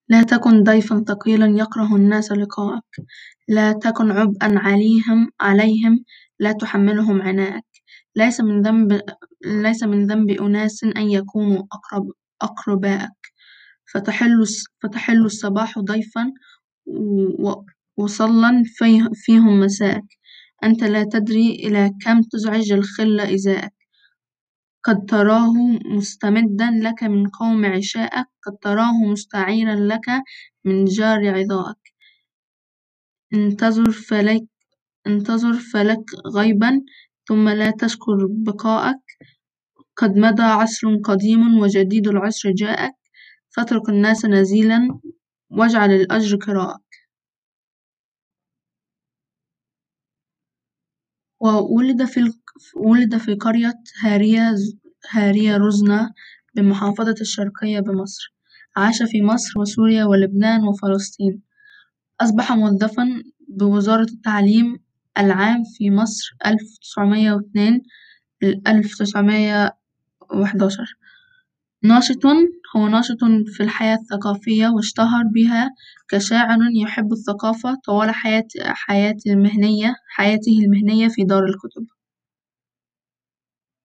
لا تكن ضيفا ثقيلا يكره الناس لقاءك، لا تكن عبئا عليهم لا تحملهم عناءك. ليس من ذنب ليس من ذنب أناس أن يكونوا أقرباءك، فتحل الصباح ضيفا وصلا فيهم مساءك. أنت لا تدري إلى كم تزعج الخل إزاءك، قد تراه مستمدًا لك من قوم عشاءك، قد تراه مستعيرًا لك من جار عظاءك. انتظر فلك غيبًا ثم لا تشكر بقاءك، قد مضى عصر قديم وجديد العصر جاءك، فاترك الناس نزيلًا واجعل الأجر قراءك. ولد في قرية هارية رزنة بمحافظة الشرقية بمصر. عاش في مصر وسوريا ولبنان وفلسطين. أصبح موظفًا بوزارة التعليم العام في مصر 1902 ل1911. هو ناشط في الحياة الثقافية، واشتهر بها كشاعر يحب الثقافة طوال حياته المهنية في دار الكتب.